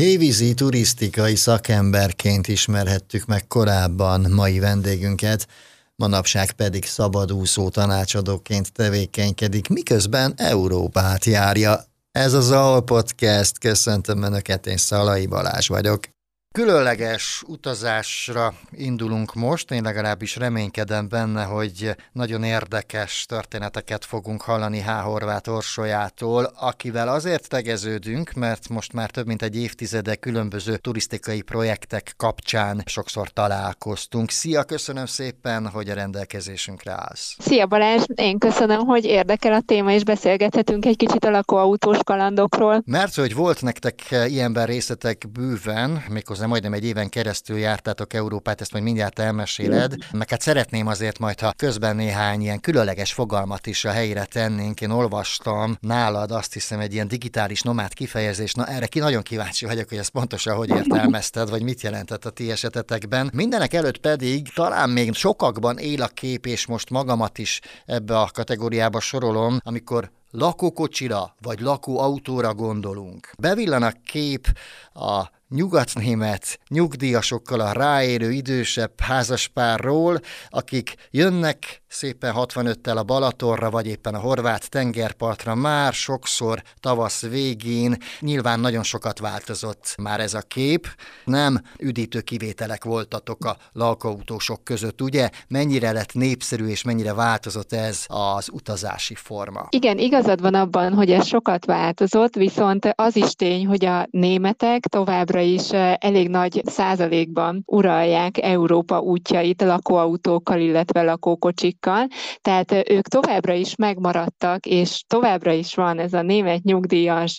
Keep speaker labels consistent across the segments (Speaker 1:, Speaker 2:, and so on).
Speaker 1: Hévízi turisztikai szakemberként ismerhettük meg korábban mai vendégünket, manapság pedig szabadúszó tanácsadóként tevékenykedik, miközben Európát járja. Ez az AL Podcast, köszöntöm Önöket, én Szalai Balázs vagyok. Különleges utazásra indulunk most, én legalábbis reménykedem benne, hogy nagyon érdekes történeteket fogunk hallani H. Horváth Orsolyától, akivel azért tegeződünk, mert most már több mint egy évtizede különböző turisztikai projektek kapcsán sokszor találkoztunk. Szia, köszönöm szépen, hogy a rendelkezésünkre állsz.
Speaker 2: Szia Balázs, én köszönöm, hogy érdekel a téma, és beszélgethetünk egy kicsit a lakóautós kalandokról.
Speaker 1: Mert hogy volt nektek ilyenben részletek bőven, méghozzá majdnem egy éven keresztül jártátok Európát, ezt majd mindjárt elmeséled, meg hát szeretném azért majd, ha közben néhány ilyen különleges fogalmat is a helyére tennénk. Én olvastam nálad, azt hiszem, egy ilyen digitális nomád kifejezés, na erre nagyon kíváncsi vagyok, hogy ezt pontosan hogy értelmezted, vagy mit jelentett a ti esetetekben. Mindenek előtt pedig talán még sokakban él a kép, és most magamat is ebbe a kategóriába sorolom, amikor lakókocsira vagy lakóautóra gondolunk. Bevillan a kép a nyugatnémet nyugdíjasokkal, a ráérő idősebb házaspárról, akik jönnek szépen 65-tel a Balatonra, vagy éppen a horvát tengerpartra már sokszor tavasz végén. Nyilván nagyon sokat változott már ez a kép. Nem üdítő kivételek voltatok a lakóautósok között, ugye? Mennyire lett népszerű és mennyire változott ez az utazási forma?
Speaker 2: Igen, igazad van abban, hogy ez sokat változott, viszont az is tény, hogy a németek továbbra is elég nagy százalékban uralják Európa útjait lakóautókkal, illetve lakókocsikkal, tehát ők továbbra is megmaradtak, és továbbra is van ez a német nyugdíjas,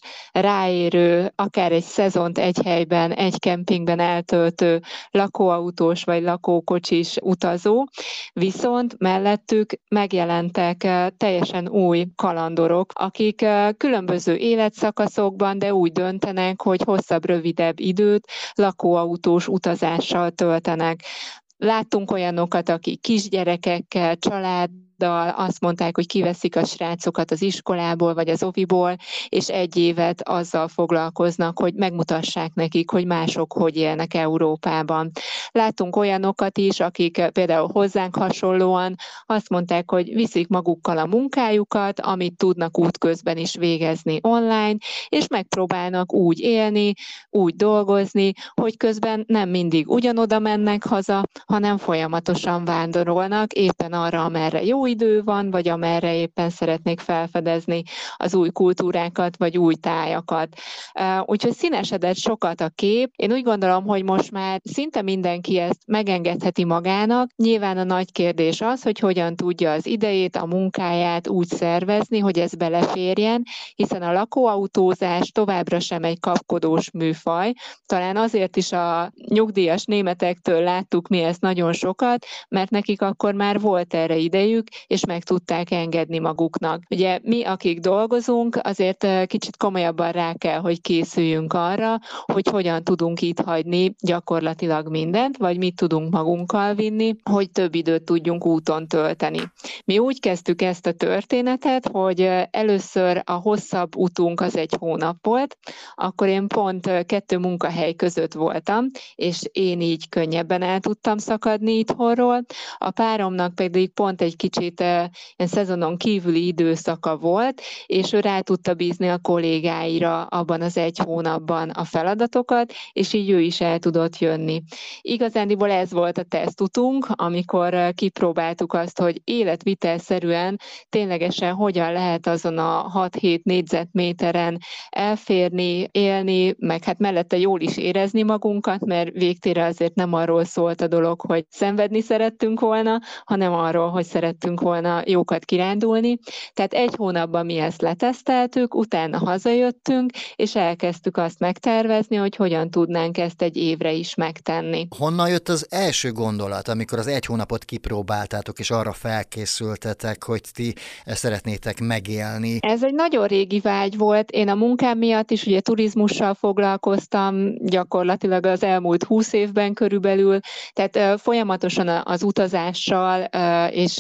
Speaker 2: ráérő, akár egy szezont egy helyben, egy kempingben eltöltő lakóautós vagy lakókocsis utazó, viszont mellettük megjelentek teljesen új kalandorok, akik különböző életszakaszokban, de úgy döntenek, hogy hosszabb, rövidebb időt lakóautós utazással töltenek. Láttunk olyanokat, akik kisgyerekekkel, családdal azt mondták, hogy kiveszik a srácokat az iskolából vagy az oviból, és egy évet azzal foglalkoznak, hogy megmutassák nekik, hogy mások hogy élnek Európában. Láttunk olyanokat is, akik például hozzánk hasonlóan azt mondták, hogy viszik magukkal a munkájukat, amit tudnak útközben is végezni online, és megpróbálnak úgy élni, úgy dolgozni, hogy közben nem mindig ugyanoda mennek haza, hanem folyamatosan vándorolnak éppen arra, amerre jó idő van, vagy amerre éppen szeretnék felfedezni az új kultúrákat, vagy új tájakat. Úgyhogy színesedett sokat a kép. Én úgy gondolom, hogy most már szinte mindenki ezt megengedheti magának. Nyilván a nagy kérdés az, hogy hogyan tudja az idejét, a munkáját úgy szervezni, hogy ez beleférjen, hiszen a lakóautózás továbbra sem egy kapkodós műfaj. Talán azért is a nyugdíjas németektől láttuk mi ezt nagyon sokat, mert nekik akkor már volt erre idejük, és meg tudták engedni maguknak. Ugye mi, akik dolgozunk, azért kicsit komolyabban rá kell, hogy készüljünk arra, hogy hogyan tudunk itt hagyni gyakorlatilag mindent, vagy mit tudunk magunkkal vinni, hogy több időt tudjunk úton tölteni. Mi úgy kezdtük ezt a történetet, hogy először a hosszabb utunk az 1 hónap volt, akkor én pont 2 munkahely között voltam, és én így könnyebben el tudtam szakadni itthonról. A páromnak pedig pont egy kicsit ilyen szezonon kívüli időszaka volt, és ő rá tudta bízni a kollégáira abban az 1 hónapban a feladatokat, és így ő is el tudott jönni. Igazándiból ez volt a tesztutunk, amikor kipróbáltuk azt, hogy életvitelszerűen ténylegesen hogyan lehet azon a 6-7 négyzetméteren elférni, élni, meg hát mellette jól is érezni magunkat, mert végtére azért nem arról szólt a dolog, hogy szenvedni szerettünk volna, hanem arról, hogy szerettünk volna jókat kirándulni. Tehát 1 hónapban mi ezt leteszteltük, utána hazajöttünk, és elkezdtük azt megtervezni, hogy hogyan tudnánk ezt 1 évre is megtenni.
Speaker 1: Honnan jött az első gondolat, amikor az 1 hónapot kipróbáltátok, és arra felkészültetek, hogy ti szeretnétek megélni?
Speaker 2: Ez egy nagyon régi vágy volt. Én a munkám miatt is ugye turizmussal foglalkoztam gyakorlatilag az elmúlt 20 évben körülbelül, tehát folyamatosan az utazással és az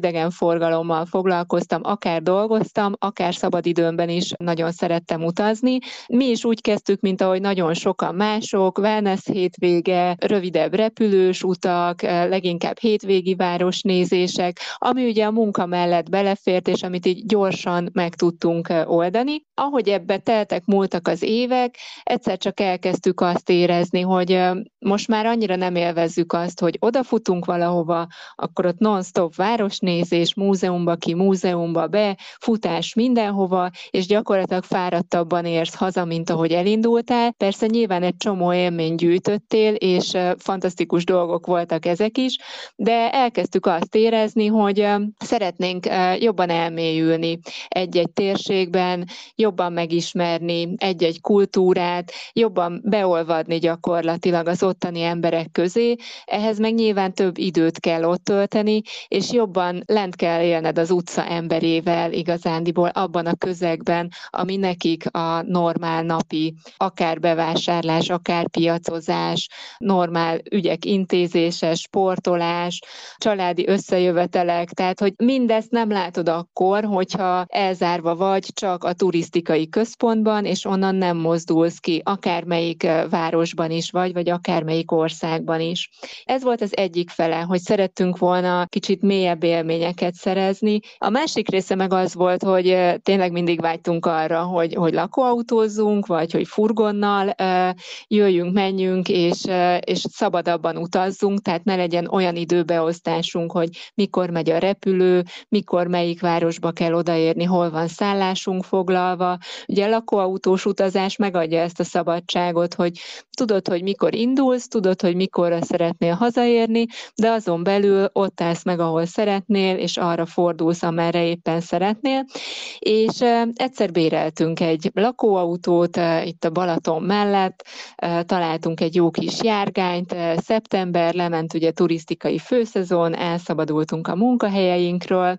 Speaker 2: idegenforgalommal foglalkoztam, akár dolgoztam, akár szabadidőmben is nagyon szerettem utazni. Mi is úgy kezdtük, mint ahogy nagyon sokan mások, wellness hétvége, rövidebb repülős utak, leginkább hétvégi városnézések, ami ugye a munka mellett belefért, és amit így gyorsan meg tudtunk oldani. Ahogy ebbe teltek, múltak az évek, egyszer csak elkezdtük azt érezni, hogy most már annyira nem élvezzük azt, hogy odafutunk valahova, akkor ott non-stop városnézés, múzeumba ki, múzeumba be, futás mindenhova, és gyakorlatilag fáradtabban érsz haza, mint ahogy elindultál. Persze nyilván egy csomó élményt gyűjtöttél, és fantasztikus dolgok voltak ezek is, de elkezdtük azt érezni, hogy szeretnénk jobban elmélyülni egy-egy térségben, jobban megismerni egy-egy kultúrát, jobban beolvadni gyakorlatilag az ottani emberek közé, ehhez meg nyilván több időt kell ott tölteni, és jobban lent kell élned az utca emberével igazándiból abban a közegben, ami nekik a normál napi, akár bevásárlás, akár piacozás, normál ügyek intézése, sportolás, családi összejövetelek, tehát hogy mindezt nem látod akkor, hogyha elzárva vagy csak a turisztikai központban, és onnan nem mozdulsz ki, akármelyik városban is vagy akármelyik országban is. Ez volt az egyik fele, hogy szerettünk volna kicsit mélyebb élményeket szerezni. A másik része meg az volt, hogy tényleg mindig vágytunk arra, hogy lakóautózzunk, vagy hogy furgonnal jöjjünk, menjünk, és szabadabban utazzunk, tehát ne legyen olyan időbeosztásunk, hogy mikor megy a repülő, mikor melyik városba kell odaérni, hol van szállásunk foglalva. Ugye a lakóautós utazás megadja ezt a szabadságot, hogy tudod, hogy mikor indulsz, tudod, hogy mikorra szeretnél hazaérni, de azon belül ott állsz meg, ahol szeretnél, és arra fordulsz, amerre éppen szeretnél. És egyszer béreltünk egy lakóautót itt a Balaton mellett, találtunk egy jó kis járgányt, szeptember, lement ugye turisztikai főszezon, elszabadultunk a munkahelyeinkről,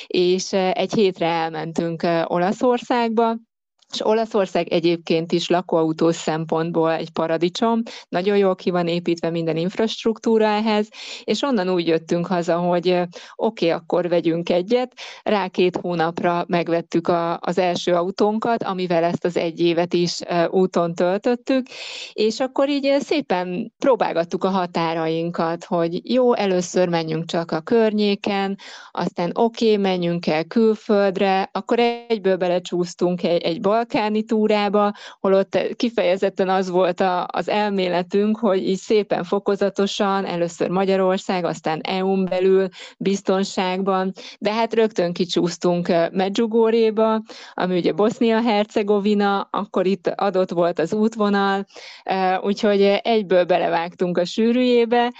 Speaker 2: és egy hétre elmentünk Olaszországba, és Olaszország egyébként is lakóautós szempontból egy paradicsom, nagyon jól ki van építve minden infrastruktúra ehhez, és onnan úgy jöttünk haza, hogy oké, akkor vegyünk egyet, rá 2 hónapra megvettük az első autónkat, amivel ezt az 1 évet is úton töltöttük, és akkor így szépen próbálgattuk a határainkat, hogy jó, először menjünk csak a környéken, aztán oké, menjünk el külföldre, akkor egyből belecsúsztunk egy balkáni túrába, holott kifejezetten az volt az elméletünk, hogy így szépen fokozatosan, először Magyarország, aztán EU-n belül, biztonságban, de hát rögtön kicsúsztunk Medjugorjéba, ami ugye Bosznia-Hercegovina, akkor itt adott volt az útvonal, úgyhogy egyből belevágtunk a sűrűjébe,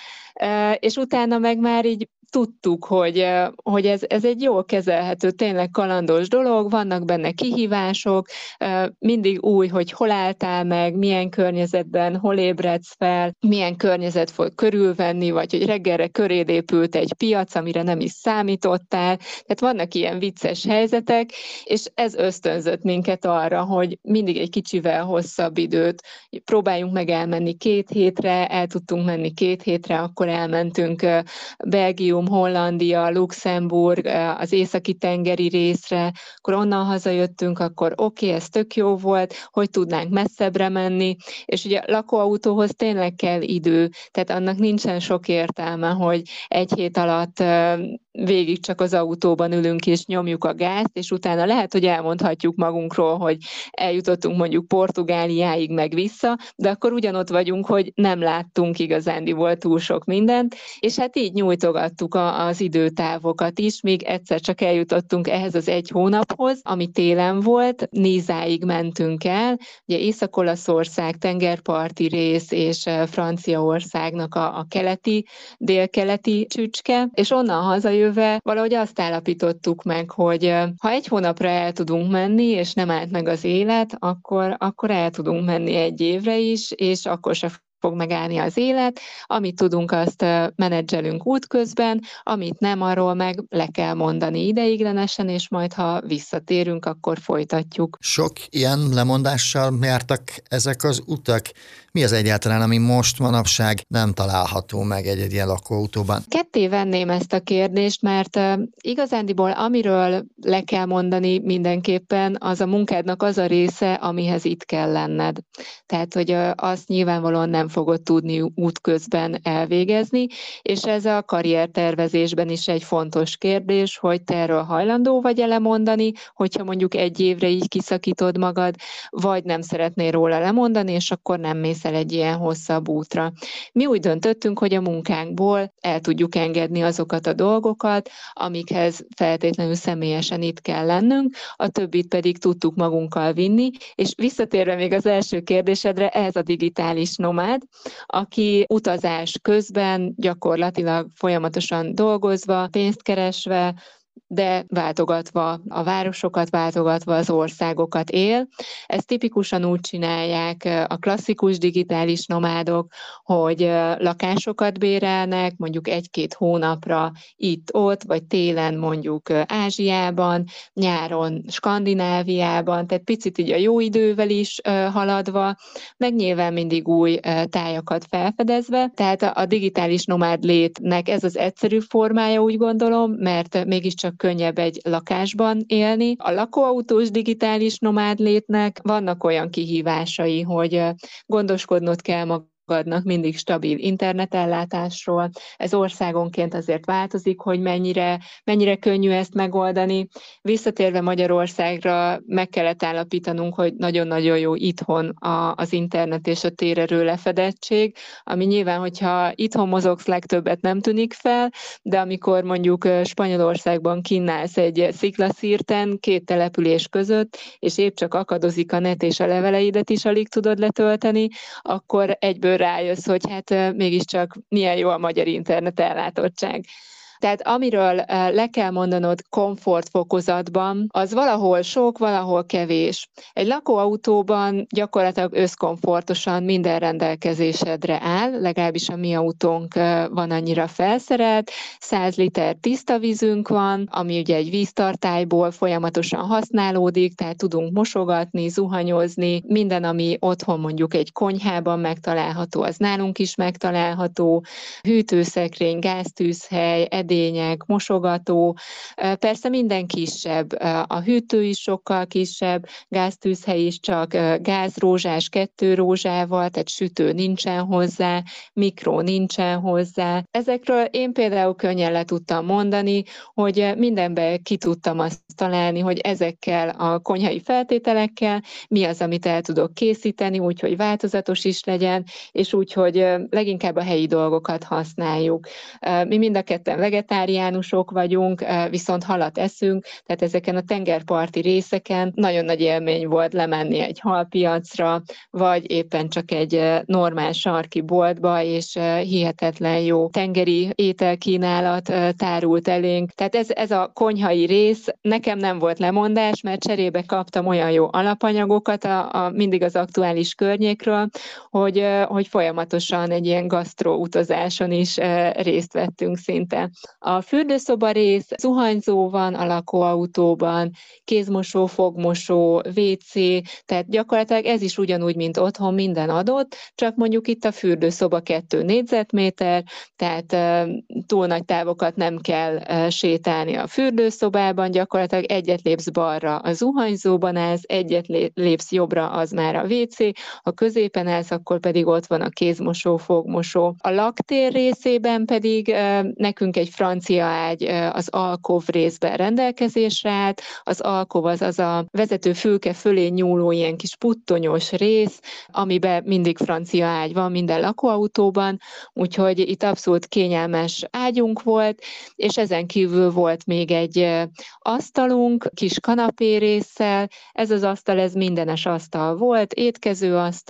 Speaker 2: és utána meg már így tudtuk, hogy ez egy jól kezelhető, tényleg kalandos dolog, vannak benne kihívások, mindig új, hogy hol álltál meg, milyen környezetben, hol ébredsz fel, milyen környezet fog körülvenni, vagy hogy reggelre köréd épült egy piac, amire nem is számítottál. Tehát vannak ilyen vicces helyzetek, és ez ösztönzött minket arra, hogy mindig egy kicsivel hosszabb időt próbáljunk meg elmenni 2 hétre, el tudtunk menni 2 hétre, akkor elmentünk Belgium, Hollandia, Luxemburg, az északi tengeri részre, akkor onnan hazajöttünk, akkor oké, ez tök jó volt, hogy tudnánk messzebbre menni, és ugye lakóautóhoz tényleg kell idő, tehát annak nincsen sok értelme, hogy 1 hét alatt végig csak az autóban ülünk és nyomjuk a gázt, és utána lehet, hogy elmondhatjuk magunkról, hogy eljutottunk mondjuk Portugáliáig meg vissza, de akkor ugyanott vagyunk, hogy nem láttunk igazándiból túl sok mindent, és hát így nyújtogattuk az időtávokat is, míg egyszer csak eljutottunk ehhez az 1 hónaphoz, ami télen volt, Nizáig mentünk el, ugye Észak-Olaszország tengerparti rész és Franciaországnak a keleti, délkeleti csücske, és onnan hazajöve valahogy azt állapítottuk meg, hogy ha 1 hónapra el tudunk menni, és nem állt meg az élet, akkor el tudunk menni 1 évre is, és akkor se fog megállni az élet, amit tudunk, azt menedzselünk útközben, amit nem, arról meg le kell mondani ideiglenesen, és majd ha visszatérünk, akkor folytatjuk.
Speaker 1: Sok ilyen lemondással jártak ezek az utak? Mi az egyáltalán, ami most manapság nem található meg egy ilyen lakóautóban?
Speaker 2: Ketté venném ezt a kérdést, mert igazándiból amiről le kell mondani mindenképpen, az a munkádnak az a része, amihez itt kell lenned. Tehát, hogy azt nyilvánvalóan nem fogod tudni útközben elvégezni, és ez a karriertervezésben is egy fontos kérdés, hogy te erről hajlandó vagy lemondani, hogyha mondjuk egy évre így kiszakítod magad, vagy nem szeretnél róla lemondani, és akkor nem mész el egy ilyen hosszabb útra. Mi úgy döntöttünk, hogy a munkánkból el tudjuk engedni azokat a dolgokat, amikhez feltétlenül személyesen itt kell lennünk, a többit pedig tudtuk magunkkal vinni, és visszatérve még az első kérdésedre, ez a digitális nomád, aki utazás közben gyakorlatilag folyamatosan dolgozva, pénzt keresve, de váltogatva a városokat, váltogatva az országokat él. Ezt tipikusan úgy csinálják a klasszikus digitális nomádok, hogy lakásokat bérelnek, mondjuk 1-2 hónapra itt-ott, vagy télen mondjuk Ázsiában, nyáron Skandináviában, tehát picit így a jó idővel is haladva, meg nyilván mindig új tájakat felfedezve. Tehát a digitális nomád létnek ez az egyszerű formája, úgy gondolom, mert mégiscsak könnyebb egy lakásban élni. A lakóautós digitális nomád létnek vannak olyan kihívásai, hogy gondoskodnod kell magadnak mindig stabil internetellátásról. Ez országonként azért változik, hogy mennyire könnyű ezt megoldani. Visszatérve Magyarországra meg kellett állapítanunk, hogy nagyon-nagyon jó itthon az internet és a térerő lefedettség, ami nyilván, hogyha itthon mozogsz, legtöbbet nem tűnik fel, de amikor mondjuk Spanyolországban kínálsz egy sziklaszírten 2 település között, és épp csak akadozik a net, és a leveleidet is alig tudod letölteni, akkor egyből rájössz, hogy hát mégiscsak milyen jó a magyar internet ellátottság. Tehát amiről le kell mondanod komfortfokozatban, az valahol sok, valahol kevés. Egy lakóautóban gyakorlatilag összkomfortosan minden rendelkezésedre áll, legalábbis a mi autónk van annyira felszerelt, 100 liter tiszta vízünk van, ami ugye egy víztartályból folyamatosan használódik, tehát tudunk mosogatni, zuhanyozni, minden, ami otthon mondjuk egy konyhában megtalálható, az nálunk is megtalálható, hűtőszekrény, gáztűzhely, edények, mosogató, persze minden kisebb, a hűtő is sokkal kisebb, gáztűzhely is csak gázrózsás 2 rózsával, tehát sütő nincsen hozzá, mikro nincsen hozzá. Ezekről én például könnyen le tudtam mondani, hogy mindenben ki tudtam azt találni, hogy ezekkel a konyhai feltételekkel mi az, amit el tudok készíteni, úgyhogy változatos is legyen, és úgy, hogy leginkább a helyi dolgokat használjuk. Mi mind a ketten vegetáriánusok vagyunk, viszont halat eszünk, tehát ezeken a tengerparti részeken nagyon nagy élmény volt lemenni egy halpiacra, vagy éppen csak egy normál sarki boltba, és hihetetlen jó tengeri ételkínálat tárult elénk. Tehát ez a konyhai rész, nekem nem volt lemondás, mert cserébe kaptam olyan jó alapanyagokat mindig az aktuális környékről, hogy folyamatosan egy ilyen gasztró utazáson is részt vettünk szinte. A fürdőszoba rész, zuhanyzó van a lakóautóban, kézmosó, fogmosó, WC, tehát gyakorlatilag ez is ugyanúgy, mint otthon minden adott, csak mondjuk itt a fürdőszoba 2 négyzetméter, tehát túl nagy távokat nem kell sétálni a fürdőszobában, gyakorlatilag egyet lépsz balra a zuhanyzóban állsz, egyet lépsz jobbra, az már a WC, ha középen állsz, akkor pedig ott van a kézmosó, fogmosó. A laktér részében pedig nekünk egy francia ágy az alkov részben rendelkezésre állt. Az alkov az a vezető fülke fölé nyúló ilyen kis puttonyos rész, amiben mindig francia ágy van minden lakóautóban, úgyhogy itt abszolút kényelmes ágyunk volt, és ezen kívül volt még egy asztalunk, kis kanapé résszel. Ez az asztal, ez mindenes asztal volt, étkezőasztal,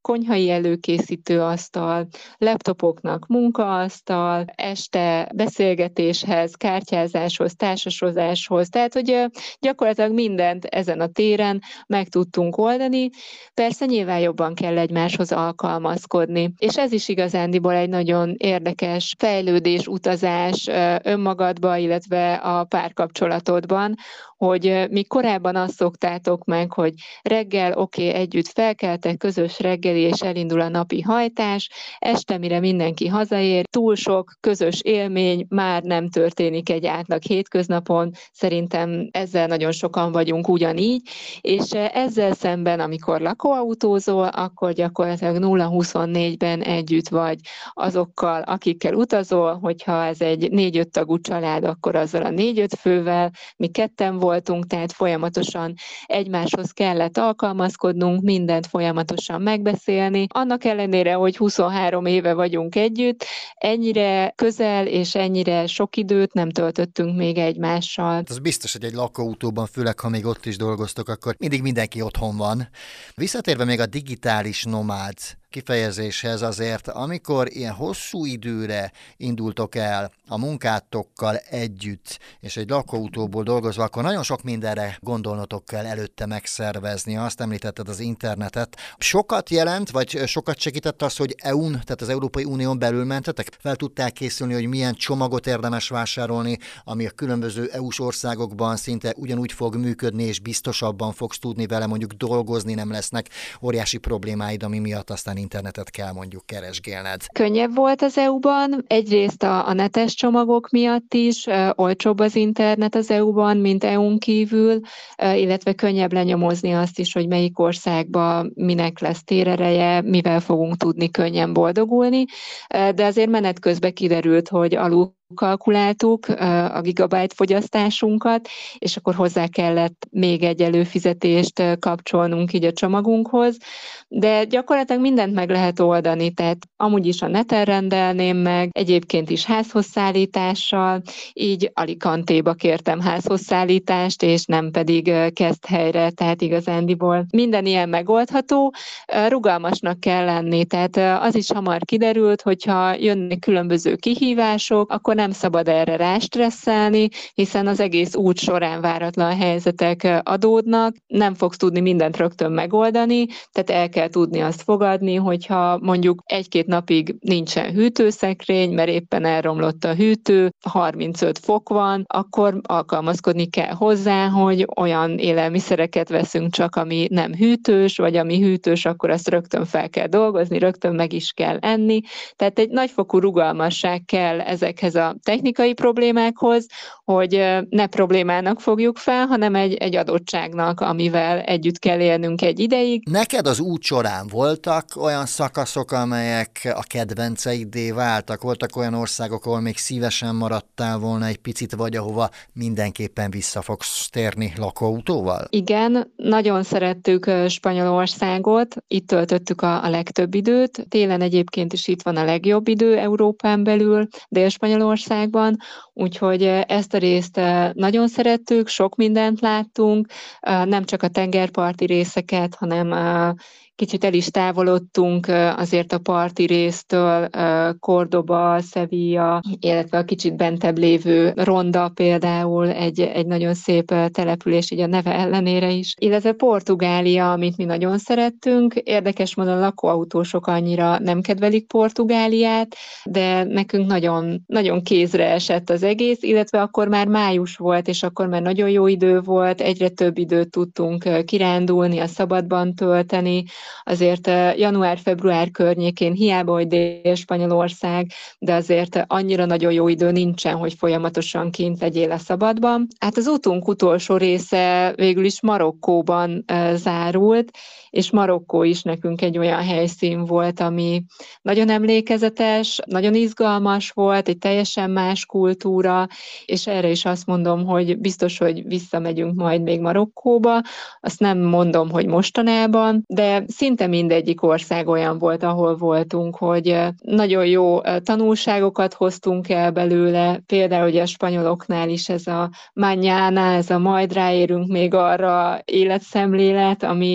Speaker 2: konyhai előkészítő asztal, laptopoknak munkaasztal, este beszélgetéshez, kártyázáshoz, társasozáshoz, tehát hogy gyakorlatilag mindent ezen a téren meg tudtunk oldani. Persze nyilván jobban kell egymáshoz alkalmazkodni, és ez is igazándiból egy nagyon érdekes fejlődés, utazás önmagadba, illetve a párkapcsolatodban, hogy mi korábban azt szoktátok meg, hogy reggel együtt felkeltek, közös reggeli, és elindul a napi hajtás, este mire mindenki hazaér, túl sok közös élmény már nem történik egy átlag hétköznapon, szerintem ezzel nagyon sokan vagyunk ugyanígy, és ezzel szemben, amikor lakóautózol, akkor gyakorlatilag 0-24-ben együtt vagy azokkal, akikkel utazol, hogyha ez egy 4-5 tagú család, akkor azzal a 4-5 fővel, mi ketten voltunk, tehát folyamatosan egymáshoz kellett alkalmazkodnunk, mindent folyamatosan megbeszélni. Annak ellenére, hogy 23 éve vagyunk együtt, ennyire közel és ennyire sok időt nem töltöttünk még egymással.
Speaker 1: Az biztos, hogy egy lakóautóban, főleg ha még ott is dolgoztok, akkor mindig mindenki otthon van. Visszatérve még a digitális nomád kifejezéshez, azért, amikor ilyen hosszú időre indultok el a munkátokkal együtt, és egy lakóautóból dolgozva, akkor nagyon sok mindenre gondolnotok kell előtte megszervezni. Azt említetted, az internetet. Sokat jelent, vagy sokat segített az, hogy EU-n, tehát az Európai Unión belül mentetek? Fel tudták készülni, hogy milyen csomagot érdemes vásárolni, ami a különböző EU-s országokban szinte ugyanúgy fog működni, és biztosabban fogsz tudni vele mondjuk dolgozni, nem lesznek óriási problémáid, ami miatt aztán internetet kell mondjuk keresgélned.
Speaker 2: Könnyebb volt az EU-ban, egyrészt a netes csomagok miatt is, olcsóbb az internet az EU-ban, mint EU-n kívül, illetve könnyebb lenyomozni azt is, hogy melyik országban minek lesz térereje, mivel fogunk tudni könnyen boldogulni, de azért menet közben kiderült, hogy kalkuláltuk a gigabyte fogyasztásunkat, és akkor hozzá kellett még egy előfizetést kapcsolnunk így a csomagunkhoz, de gyakorlatilag mindent meg lehet oldani, tehát amúgy is a neten rendelném meg, egyébként is házhoz szállítással, így Alicantéba kértem házhoz szállítást, és nem pedig Keszthelyre, tehát igazándiból minden ilyen megoldható, rugalmasnak kell lenni, tehát az is hamar kiderült, hogyha jönnek különböző kihívások, akkor nem szabad erre rástresszelni, hiszen az egész út során váratlan helyzetek adódnak, nem fogsz tudni mindent rögtön megoldani, tehát el kell tudni azt fogadni, hogyha mondjuk 1-2 napig nincsen hűtőszekrény, mert éppen elromlott a hűtő, 35 fok van, akkor alkalmazkodni kell hozzá, hogy olyan élelmiszereket veszünk csak, ami nem hűtős, vagy ami hűtős, akkor azt rögtön fel kell dolgozni, rögtön meg is kell enni. Tehát egy nagyfokú rugalmasság kell ezekhez a technikai problémákhoz, hogy ne problémának fogjuk fel, hanem egy adottságnak, amivel együtt kell élnünk egy ideig.
Speaker 1: Neked az út során voltak olyan szakaszok, amelyek a kedvenceiddé váltak? Voltak olyan országok, ahol még szívesen maradtál volna egy picit, vagy ahova mindenképpen vissza fogsz térni lakóautóval?
Speaker 2: Igen, nagyon szerettük Spanyolországot, itt töltöttük a legtöbb időt. Télen egyébként is itt van a legjobb idő Európán belül, Dél-Spanyolországban, úgyhogy ezt a részt nagyon szerettük, sok mindent láttunk, nem csak a tengerparti részeket, hanem kicsit el is távolodtunk azért a parti résztől, Córdoba, Sevilla, illetve a kicsit bentebb lévő Ronda például egy nagyon szép település, így a neve ellenére is, illetve Portugália, amit mi nagyon szerettünk. Érdekes módon lakóautósok annyira nem kedvelik Portugáliát, de nekünk nagyon, nagyon kézre esett az egész, illetve akkor már május volt, és akkor már nagyon jó idő volt, egyre több időt tudtunk kirándulni, a szabadban tölteni. Azért január-február környékén hiába, hogy Dél-Spanyolország, de azért annyira nagyon jó idő nincsen, hogy folyamatosan kint legyél a szabadban. Hát az útunk utolsó része végül is Marokkóban zárult, és Marokkó is nekünk egy olyan helyszín volt, ami nagyon emlékezetes, nagyon izgalmas volt, egy teljesen más kultúra, és erre is azt mondom, hogy biztos, hogy visszamegyünk majd még Marokkóba, azt nem mondom, hogy mostanában, de szinte mindegyik ország olyan volt, ahol voltunk, hogy nagyon jó tanulságokat hoztunk el belőle, például hogy a spanyoloknál is ez a mañana, ez a majd ráérünk még arra életszemlélet, ami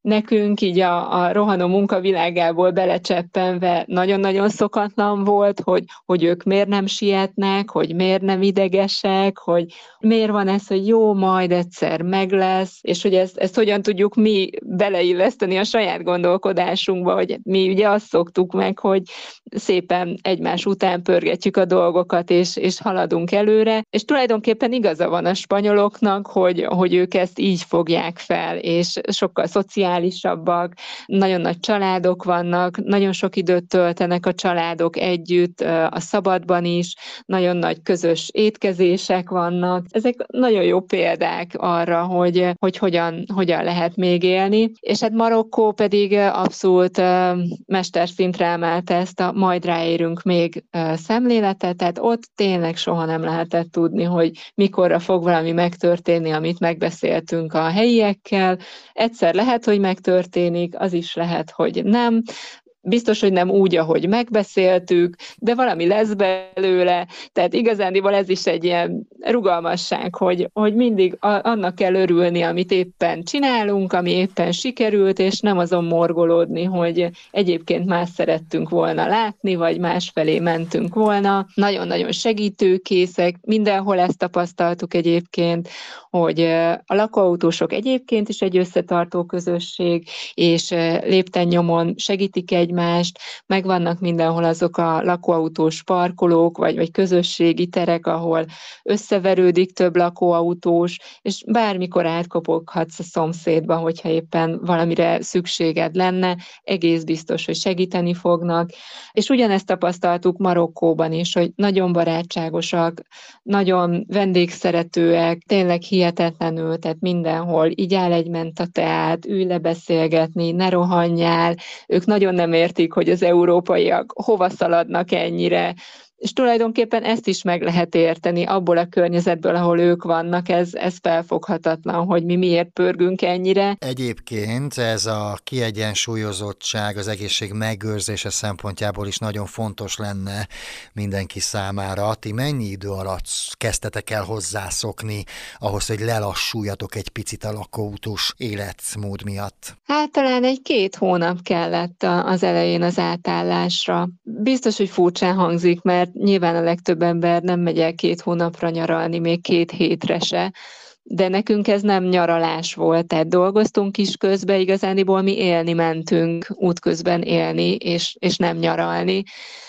Speaker 2: nekünk így a rohanó munkavilágából belecseppenve nagyon-nagyon szokatlan volt, hogy ők miért nem sietnek, hogy miért nem idegesek, hogy miért van ez, hogy jó, majd egyszer meg lesz, és hogy ezt hogyan tudjuk mi beleilleszteni a saját gondolkodásunkba, hogy mi ugye azt szoktuk meg, hogy szépen egymás után pörgetjük a dolgokat, és haladunk előre, és tulajdonképpen igaza van a spanyoloknak, hogy ők ezt így fogják fel, és sokkal szociálisabbak, nagyon nagy családok vannak, nagyon sok időt töltenek a családok együtt, a szabadban is, nagyon nagy közös étkezések vannak. Ezek nagyon jó példák arra, hogy hogyan lehet még élni, és hát Marokkó pedig abszolút mesterszintre emelte ezt a majd ráérünk még szemléletet, tehát ott tényleg soha nem lehetett tudni, hogy mikorra fog valami megtörténni, amit megbeszéltünk a helyiekkel. Egyszer lehet, hogy megtörténik, az is lehet, hogy nem. Biztos, hogy nem úgy, ahogy megbeszéltük, de valami lesz belőle, tehát igazándiból ez is egy ilyen rugalmasság, hogy mindig annak kell örülni, amit éppen csinálunk, ami éppen sikerült, és nem azon morgolódni, hogy egyébként más szerettünk volna látni, vagy másfelé mentünk volna. Nagyon-nagyon segítőkészek, mindenhol ezt tapasztaltuk egyébként, hogy a lakóautósok egyébként is egy összetartó közösség, és lépten nyomon segítik egymást, megvannak mindenhol azok a lakóautós parkolók, vagy közösségi terek, ahol összeverődik több lakóautós, és bármikor átkopoghatsz a szomszédba, hogyha éppen valamire szükséged lenne, egész biztos, hogy segíteni fognak. És ugyanezt tapasztaltuk Marokkóban is, hogy nagyon barátságosak, nagyon vendégszeretőek, tényleg hihetetlenül, tehát mindenhol így áll egy ment a teát, ülj le beszélgetni, ne rohanjál, ők nagyon nem értik, hogy az európaiak hova szaladnak ennyire, és tulajdonképpen ezt is meg lehet érteni abból a környezetből, ahol ők vannak, ez felfoghatatlan, hogy mi miért pörgünk ennyire.
Speaker 1: Egyébként ez a kiegyensúlyozottság az egészség megőrzése szempontjából is nagyon fontos lenne mindenki számára. Ti mennyi idő alatt kezdtetek el hozzászokni ahhoz, hogy lelassuljatok egy picit a lakóautós életmód miatt?
Speaker 2: Hát talán 1-2 hónap kellett az elején az átállásra. Biztos, hogy furcsán hangzik, mert nyilván a legtöbb ember nem megy el 2 hónapra nyaralni, még 2 hétre se, de nekünk ez nem nyaralás volt, tehát dolgoztunk is közben, igazániból mi élni mentünk, útközben élni, és nem nyaralni.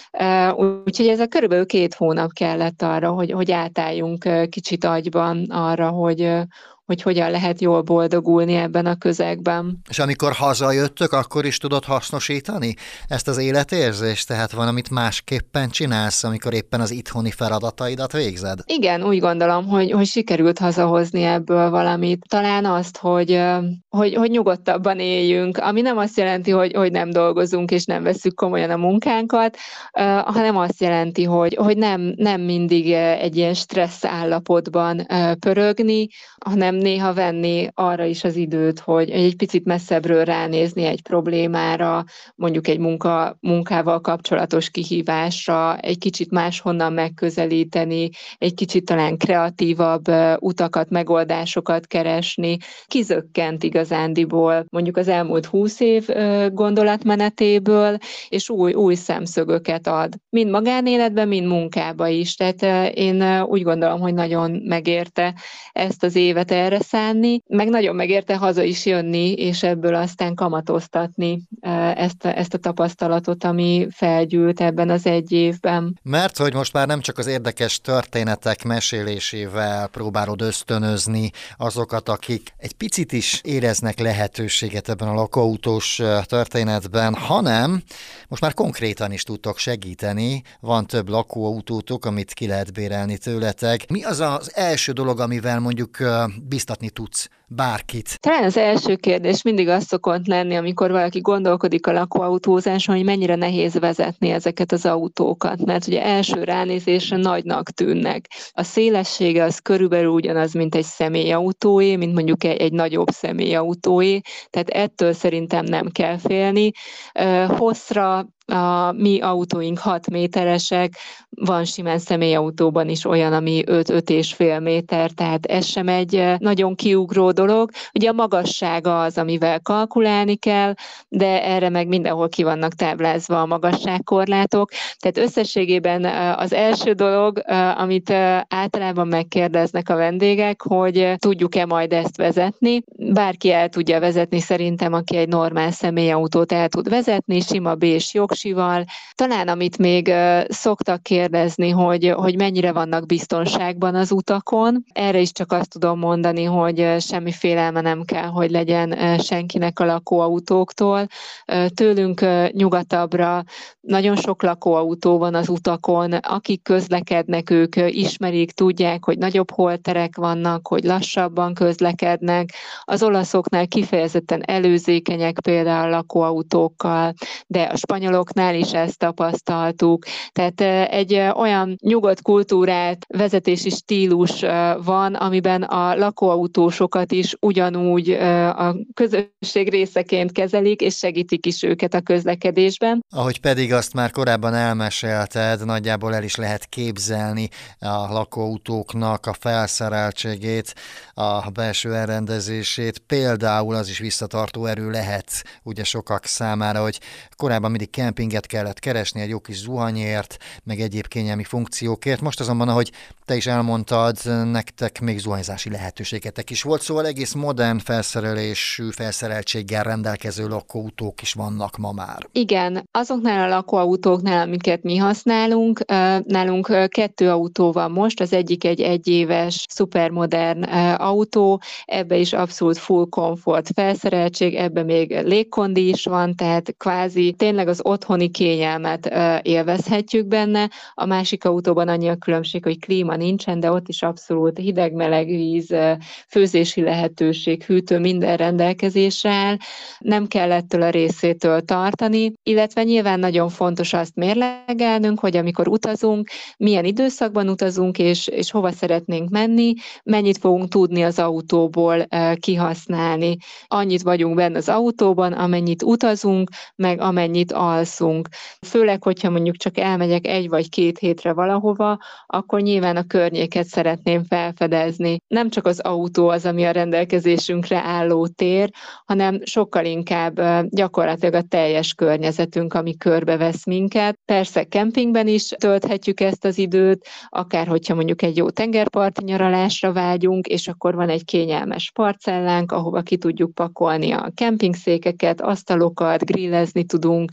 Speaker 2: Úgyhogy ez a körülbelül 2 hónap kellett arra, hogy átálljunk kicsit agyban arra, hogy hogyan lehet jól boldogulni ebben a közegben.
Speaker 1: És amikor hazajöttök, akkor is tudod hasznosítani ezt az életérzést? Tehát van, amit másképpen csinálsz, amikor éppen az itthoni feladataidat végzed?
Speaker 2: Igen, úgy gondolom, hogy sikerült hazahozni ebből valamit. Talán azt, hogy nyugodtabban éljünk, ami nem azt jelenti, hogy nem dolgozunk és nem vesszük komolyan a munkánkat, hanem azt jelenti, hogy nem mindig egy ilyen stressz állapotban pörögni, hanem néha venni arra is az időt, hogy egy picit messzebbről ránézni egy problémára, mondjuk egy munkával kapcsolatos kihívásra, egy kicsit máshonnan megközelíteni, egy kicsit talán kreatívabb utakat, megoldásokat keresni. Kizökkent igazándiból mondjuk az elmúlt 20 év gondolatmenetéből, és új szemszögöket ad. Mind magánéletben, mind munkába is. Tehát én úgy gondolom, hogy nagyon megérte ezt az évet erre szánni, meg nagyon megérte haza is jönni, és ebből aztán kamatoztatni ezt a tapasztalatot, ami felgyűlt ebben az 1 évben.
Speaker 1: Mert hogy most már nem csak az érdekes történetek mesélésével próbálod ösztönözni azokat, akik egy picit is éreznek lehetőséget ebben a lakóautós történetben, hanem most már konkrétan is tudtok segíteni, van több lakóautótok, amit ki lehet bérelni tőletek. Mi az az első dolog, amivel mondjuk biztatni tudsz bárkit?
Speaker 2: Talán az első kérdés mindig az szokott lenni, amikor valaki gondolkodik a lakóautózáson, hogy mennyire nehéz vezetni ezeket az autókat, mert ugye első ránézésre nagynak tűnnek. A szélessége az körülbelül ugyanaz, mint egy személyautóé, mint mondjuk egy nagyobb személyautóé, tehát ettől szerintem nem kell félni. Hosszra A mi autóink 6 méteresek, van simán személyautóban is olyan, ami 5-5,5 méter, tehát ez sem egy nagyon kiugró dolog. Ugye a magassága az, amivel kalkulálni kell, de erre meg mindenhol ki vannak táblázva a magasságkorlátok. Tehát összességében az első dolog, amit általában megkérdeznek a vendégek, hogy tudjuk-e majd ezt vezetni. Bárki el tudja vezetni szerintem, aki egy normál személyautót el tud vezetni, sima B-s jogsival. Talán amit még szoktak kérdezni, hogy mennyire vannak biztonságban az utakon. Erre is csak azt tudom mondani, hogy semmi félelme nem kell, hogy legyen senkinek a lakóautóktól. Tőlünk nyugatabbra nagyon sok lakóautó van az utakon, akik közlekednek, ők ismerik, tudják, hogy nagyobb holterek vannak, hogy lassabban közlekednek. Az olaszoknál kifejezetten előzékenyek például lakóautókkal, de a spanyoloknál is ezt tapasztaltuk. Tehát egy olyan nyugodt kultúrát, vezetési stílus van, amiben a lakóautósokat is ugyanúgy a közösség részeként kezelik, és segítik is őket a közlekedésben.
Speaker 1: Ahogy pedig azt már korábban elmesélted, nagyjából el is lehet képzelni a lakóautóknak a felszereltségét, a belső elrendezését. Például az is visszatartó erő lehet ugye sokak számára, hogy korábban mindig kempinget kellett keresni egy jó kis zuhanyért, meg egyéb kényelmi funkciókért. Most azonban, ahogy te is elmondtad, nektek még zuhanyzási lehetőségetek is volt, szóval egész modern felszerelésű, felszereltséggel rendelkező lakóautók is vannak ma már.
Speaker 2: Igen, azoknál a lakóautóknál, amiket mi használunk, nálunk 2 autó van most, az egyik egy egyéves, szupermodern autó, ebbe is abszolút full komfort felszereltség, ebbe még légkondi is van, tehát kvázi tényleg az otthoni kényelmet élvezhetjük benne. A másik autóban annyi a különbség, hogy klíma nincsen, de ott is abszolút hideg-meleg víz, főzési lehetőség, hűtő, minden rendelkezésre áll. Nem kell ettől a részétől tartani, illetve nyilván nagyon fontos azt mérlegelnünk, hogy amikor utazunk, milyen időszakban utazunk, és hova szeretnénk menni, mennyit fogunk tudni az autóból kihasználni. Annyit vagyunk benne az autóban, amennyit utazunk, meg amennyit alszunk. Főleg, hogyha mondjuk csak elmegyek 1 vagy 2 hétre valahova, akkor nyilván a környéket szeretném felfedezni. Nem csak az autó az, ami a rendelkezésünkre álló tér, hanem sokkal inkább gyakorlatilag a teljes környezetünk, ami körbevesz minket. Persze kempingben is tölthetjük ezt az időt, akár hogyha mondjuk egy jó tengerparti nyaralásra vágyunk, és akkor van egy kényelmes parcellánk, ahova ki tudjuk pakolni a kempingszékeket, asztalokat, grillezni tudunk,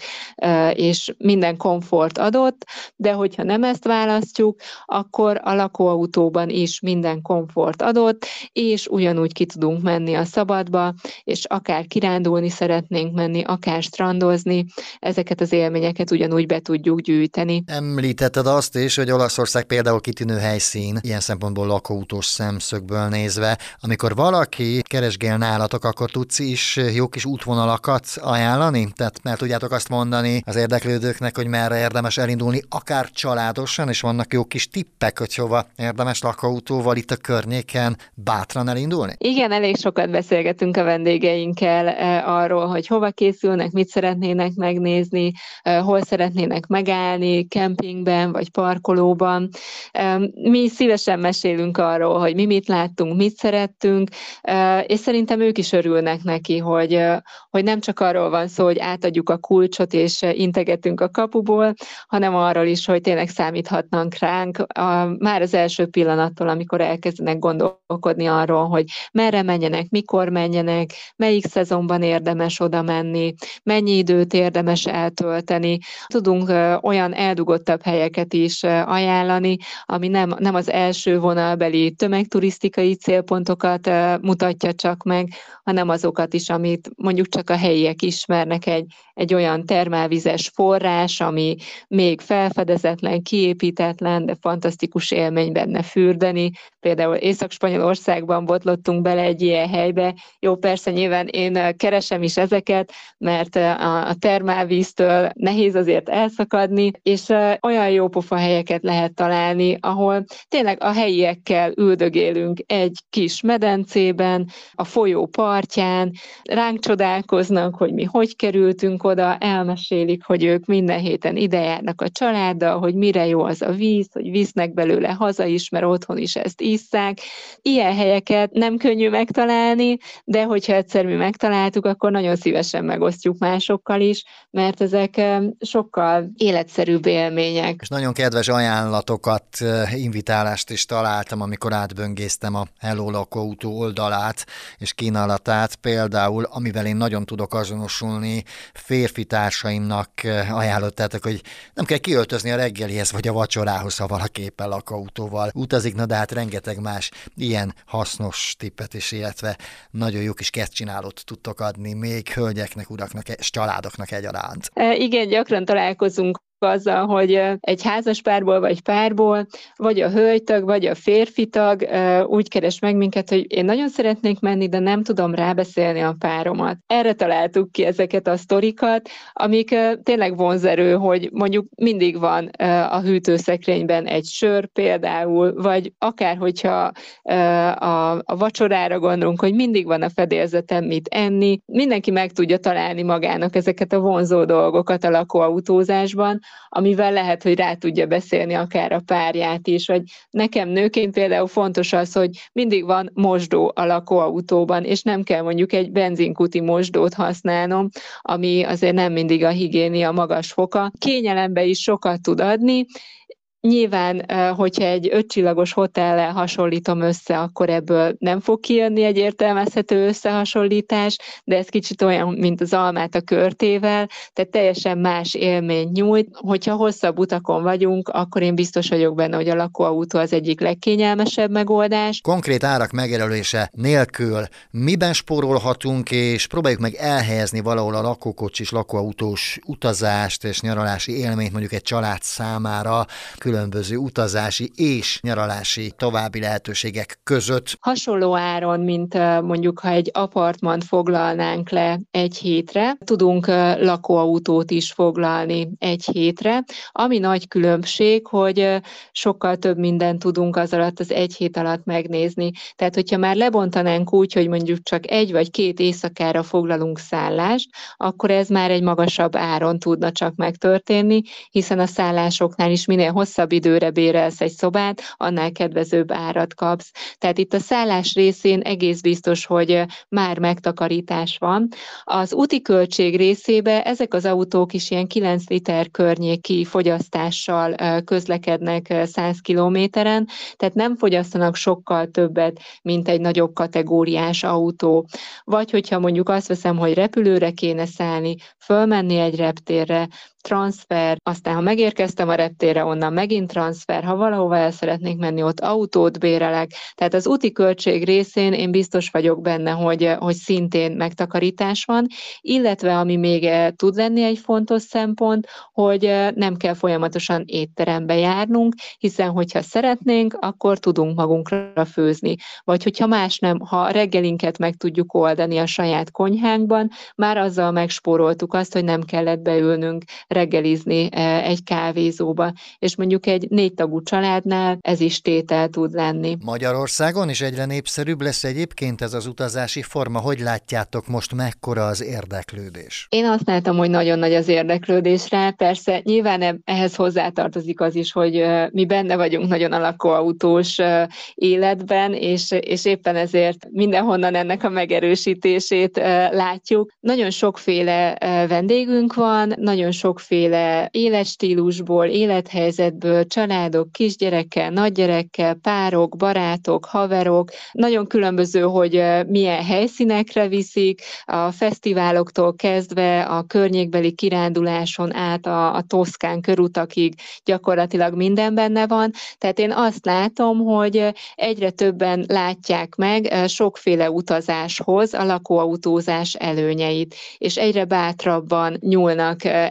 Speaker 2: és minden komfort adott, de hogyha nem ezt választjuk, akkor a lakóautóban is minden komfort adott, és ugyanúgy ki tudunk menni a szabadba, és akár kirándulni szeretnénk menni, akár strandozni, ezeket az élményeket ugyanúgy be tudjuk gyűjteni.
Speaker 1: Említetted azt is, hogy Olaszország például kitűnő helyszín, ilyen szempontból lakóautós szemszögből nézve. Amikor valaki keresgél nálatok, akkor tudsz is jó kis útvonalakat ajánlani? Tehát mert tudjátok azt mondani az érdeklődőknek, hogy merre érdemes elindulni, akár családosan, és vannak jó kis tippek, hogy hova érdemes lakóautóval itt a környéken bátran elindulni?
Speaker 2: Igen, elég sokat beszélgetünk a vendégeinkkel arról, hogy hova készülnek, mit szeretnének megnézni, hol szeretnének megállni, kempingben vagy parkolóban. Mi szívesen mesélünk arról, hogy mi mit láttunk, mit szerettünk, és szerintem ők is örülnek neki, hogy nem csak arról van szó, hogy átadjuk a kulcsot és integetünk a kapuból, hanem arról is, hogy tényleg számíthatnak ránk már az első pillanattól, amikor elkezdenek gondolkodni arról, hogy merre menjenek, mikor menjenek, melyik szezonban érdemes oda menni, mennyi időt érdemes eltölteni. Tudunk olyan eldugottabb helyeket is ajánlani, ami nem az első vonalbeli tömegturisztikai célpontokat mutatja csak meg, hanem azokat is, amit mondjuk csak a helyiek ismernek, egy olyan termálvizes forrás, ami még felfedezetlen, kiépítetlen, de fantasztikus élmény benne fürdeni. Például Észak-Spanyolországban botlottunk bele egy ilyen helybe. Jó, persze nyilván én keresem is ezeket, mert a termálvíztől nehéz azért elszakadni, kiszakadni, és olyan jópofa helyeket lehet találni, ahol tényleg a helyiekkel üldögélünk egy kis medencében, a folyó partján, ránk csodálkoznak, hogy mi hogy kerültünk oda, elmesélik, hogy ők minden héten ide járnak a családdal, hogy mire jó az a víz, hogy visznek belőle haza is, mert otthon is ezt isszák. Ilyen helyeket nem könnyű megtalálni, de hogyha egyszer mi megtaláltuk, akkor nagyon szívesen megosztjuk másokkal is, mert ezek sokkal életszerűbb élmények.
Speaker 1: És nagyon kedves ajánlatokat, invitálást is találtam, amikor átböngésztem a Hello lakóautó oldalát és kínálatát. Például, amivel én nagyon tudok azonosulni, férfi társaimnak ajánlottátok, hogy nem kell kiöltözni a reggelihez vagy a vacsorához, ha valaki éppen lakóautóval utazik, na de hát rengeteg más ilyen hasznos tippet is, illetve nagyon jó kis kertcsinálót tudtok adni még hölgyeknek, uraknak és családoknak egyaránt.
Speaker 2: Igen, gyakran találkozunk azzal, hogy egy házaspárból vagy párból, vagy a hölgytag, vagy a férfitag úgy keres meg minket, hogy én nagyon szeretnék menni, de nem tudom rábeszélni a páromat. Erre találtuk ki ezeket a sztorikat, amik tényleg vonzerő, hogy mondjuk mindig van a hűtőszekrényben egy sör például, vagy akár hogyha a vacsorára gondolunk, hogy mindig van a fedélzeten mit enni, mindenki meg tudja találni magának ezeket a vonzó dolgokat a lakóautózásban, amivel lehet, hogy rá tudja beszélni akár a párját is, vagy nekem nőként például fontos az, hogy mindig van mosdó a lakóautóban, és nem kell mondjuk egy benzinkuti mosdót használnom, ami azért nem mindig a higiénia magas foka. Kényelembe is sokat tud adni. Nyilván, hogyha egy 5 csillagos hotellel hasonlítom össze, akkor ebből nem fog kijönni egy értelmezhető összehasonlítás, de ez kicsit olyan, mint az almát a körtével, tehát teljesen más élmény nyújt. Hogyha hosszabb utakon vagyunk, akkor én biztos vagyok benne, hogy a lakóautó az egyik legkényelmesebb megoldás.
Speaker 1: Konkrét árak megjelölése nélkül miben spórolhatunk, és próbáljuk meg elhelyezni valahol a lakókocsis, lakóautós utazást és nyaralási élményt mondjuk egy család számára, különböző utazási és nyaralási további lehetőségek között.
Speaker 2: Hasonló áron, mint mondjuk, ha egy apartmant foglalnánk le egy hétre, tudunk lakóautót is foglalni egy hétre, ami nagy különbség, hogy sokkal több mindent tudunk az alatt az egy hét alatt megnézni. Tehát, hogyha már lebontanánk úgy, hogy mondjuk csak 1 vagy 2 éjszakára foglalunk szállást, akkor ez már egy magasabb áron tudna csak megtörténni, hiszen a szállásoknál is minél hosszabb időre bérelsz egy szobát, annál kedvezőbb árat kapsz. Tehát itt a szállás részén egész biztos, hogy már megtakarítás van. Az úti költség részébe ezek az autók is ilyen 9 liter környéki fogyasztással közlekednek 100 kilométeren, tehát nem fogyasztanak sokkal többet, mint egy nagyobb kategóriás autó. Vagy hogyha mondjuk azt veszem, hogy repülőre kéne szállni, fölmenni egy reptérre, transfer, aztán ha megérkeztem a reptérre, onnan megint transfer, ha valahova el szeretnék menni, ott autót bérelek. Tehát az úti költség részén én biztos vagyok benne, hogy szintén megtakarítás van, illetve ami még tud lenni egy fontos szempont, hogy nem kell folyamatosan étterembe járnunk, hiszen hogyha szeretnénk, akkor tudunk magunkra főzni. Vagy hogyha más nem, ha a reggelinket meg tudjuk oldani a saját konyhánkban, már azzal megspóroltuk azt, hogy nem kellett beülnünk reggelizni egy kávézóba, és mondjuk egy 4 tagú családnál ez is tétel tud lenni.
Speaker 1: Magyarországon is egyre népszerűbb lesz egyébként ez az utazási forma. Hogy látjátok most, mekkora az érdeklődés?
Speaker 2: Én azt látom, hogy nagyon nagy az érdeklődés rá. Persze nyilván ehhez hozzátartozik az is, hogy mi benne vagyunk nagyon a lakóautós életben, és éppen ezért mindenhonnan ennek a megerősítését látjuk. Nagyon sokféle vendégünk van, nagyon sokféle életstílusból, élethelyzetből, családok, kisgyerekkel, nagygyerekkel, párok, barátok, haverok. Nagyon különböző, hogy milyen helyszínekre viszik, a fesztiváloktól kezdve a környékbeli kiránduláson át a Toszkán körutakig gyakorlatilag minden benne van. Tehát én azt látom, hogy egyre többen látják meg sokféle utazáshoz a lakóautózás előnyeit, és egyre bátrabban nyúlnak ehhez a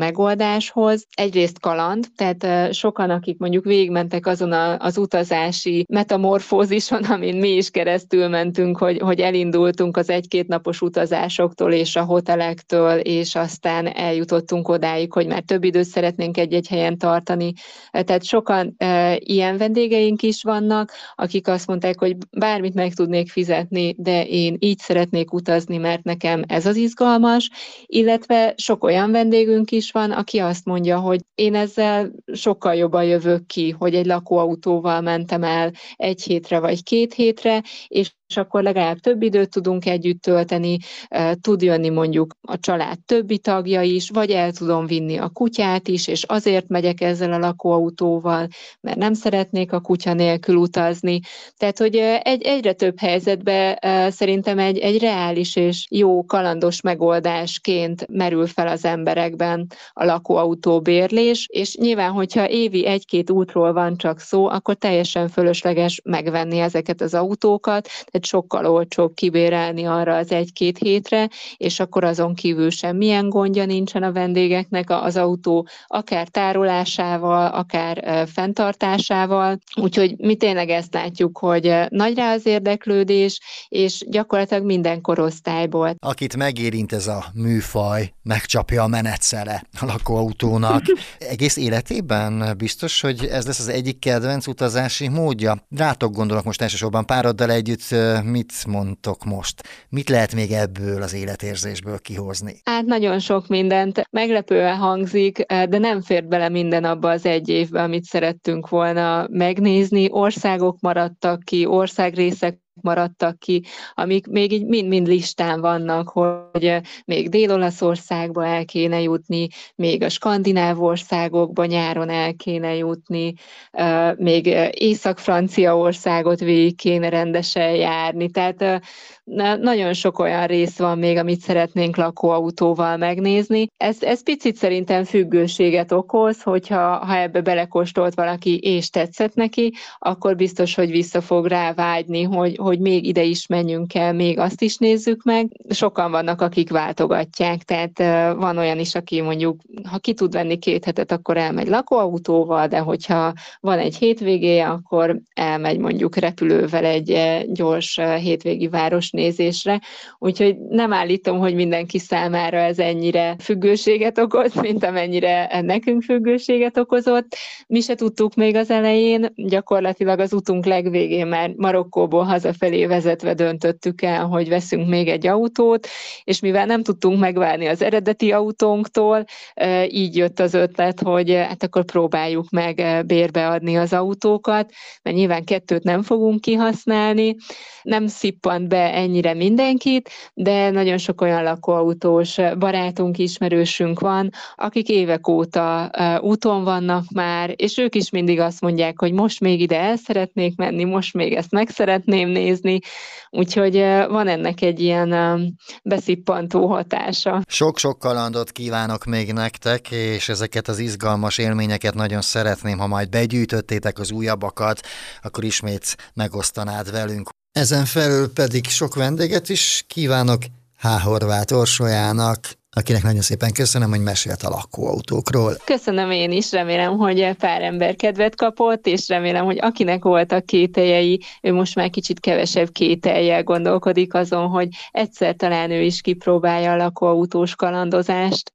Speaker 2: megoldáshoz. Egyrészt kaland, tehát sokan, akik mondjuk végigmentek azon az utazási metamorfózison, amin mi is keresztül mentünk, hogy elindultunk az 1-2 napos utazásoktól és a hotelektől, és aztán eljutottunk odáig, hogy már több időt szeretnénk egy-egy helyen tartani. Tehát sokan ilyen vendégeink is vannak, akik azt mondták, hogy bármit meg tudnék fizetni, de én így szeretnék utazni, mert nekem ez az izgalmas, illetve sok olyan vendégünk is van, aki azt mondja, hogy én ezzel sokkal jobban jövök ki, hogy egy lakóautóval mentem el 1 hétre vagy 2 hétre, és akkor legalább több időt tudunk együtt tölteni, tud jönni mondjuk a család többi tagja is, vagy el tudom vinni a kutyát is, és azért megyek ezzel a lakóautóval, mert nem szeretnék a kutya nélkül utazni. Tehát, hogy egyre több helyzetben szerintem egy reális és jó kalandos megoldásként merül fel az emberekben a lakóautó bérlés, és nyilván, hogyha évi 1-2 útról van csak szó, akkor teljesen fölösleges megvenni ezeket az autókat, tehát sokkal olcsóbb kibérelni arra az 1-2 hétre, és akkor azon kívül semmilyen gondja nincsen a vendégeknek az autó akár tárolásával, akár fenntartásával. Úgyhogy mi tényleg ezt látjuk, hogy nagy rá az érdeklődés, és gyakorlatilag minden korosztályból.
Speaker 1: Akit megérint ez a műfaj, megcsapja a menetszele a lakóautónak. Egész életében biztos, hogy ez lesz az egyik kedvenc utazási módja? Rátok gondolok most elsősorban pároddal együtt, mit mondtok most? Mit lehet még ebből az életérzésből kihozni?
Speaker 2: Hát nagyon sok mindent. Meglepően hangzik, de nem fért bele minden abba az 1 évbe, amit szerettünk volna megnézni. Országok maradtak ki, országrészek maradtak ki, amik még így mind-mind listán vannak, hogy még Dél-Olaszországba el kéne jutni, még a skandináv országokba nyáron el kéne jutni, még Észak-Franciaországot végig kéne rendesen járni. Tehát nagyon sok olyan rész van még, amit szeretnénk lakóautóval megnézni. Ez picit szerintem függőséget okoz, ha ebbe belekóstolt valaki és tetszett neki, akkor biztos, hogy vissza fog rá vágyni, hogy még ide is menjünk el, még azt is nézzük meg. Sokan vannak, akik váltogatják, tehát van olyan is, aki mondjuk, ha ki tud venni 2 hetet, akkor elmegy lakóautóval, de hogyha van egy hétvégéje, akkor elmegy mondjuk repülővel egy gyors hétvégi városnézésre. Úgyhogy nem állítom, hogy mindenki számára ez ennyire függőséget okoz, mint amennyire nekünk függőséget okozott. Mi se tudtuk még az elején, gyakorlatilag az utunk legvégén már Marokkóból hazafelé vezetve döntöttük el, hogy veszünk még egy autót, és mivel nem tudtunk megválni az eredeti autónktól, így jött az ötlet, hogy hát akkor próbáljuk meg bérbeadni az autókat, mert nyilván 2-t nem fogunk kihasználni, nem szippant be ennyire mindenkit, de nagyon sok olyan lakóautós barátunk, ismerősünk van, akik évek óta úton vannak már, és ők is mindig azt mondják, hogy most még ide el szeretnék menni, most még ezt meg szeretném nézni, úgyhogy van ennek egy ilyen beszippantó hatása.
Speaker 1: Sok-sok kalandot kívánok még nektek, és ezeket az izgalmas élményeket nagyon szeretném, ha majd begyűjtöttétek az újabbakat, akkor ismét megosztanád velünk. Ezen felül pedig sok vendéget is kívánok H. Horváth Orsolyának, akinek nagyon szépen köszönöm, hogy mesélt a lakóautókról.
Speaker 2: Köszönöm én is, remélem, hogy pár ember kedvet kapott, és remélem, hogy akinek voltak kételjei, ő most már kicsit kevesebb kétellyel gondolkodik azon, hogy egyszer talán ő is kipróbálja a lakóautós kalandozást.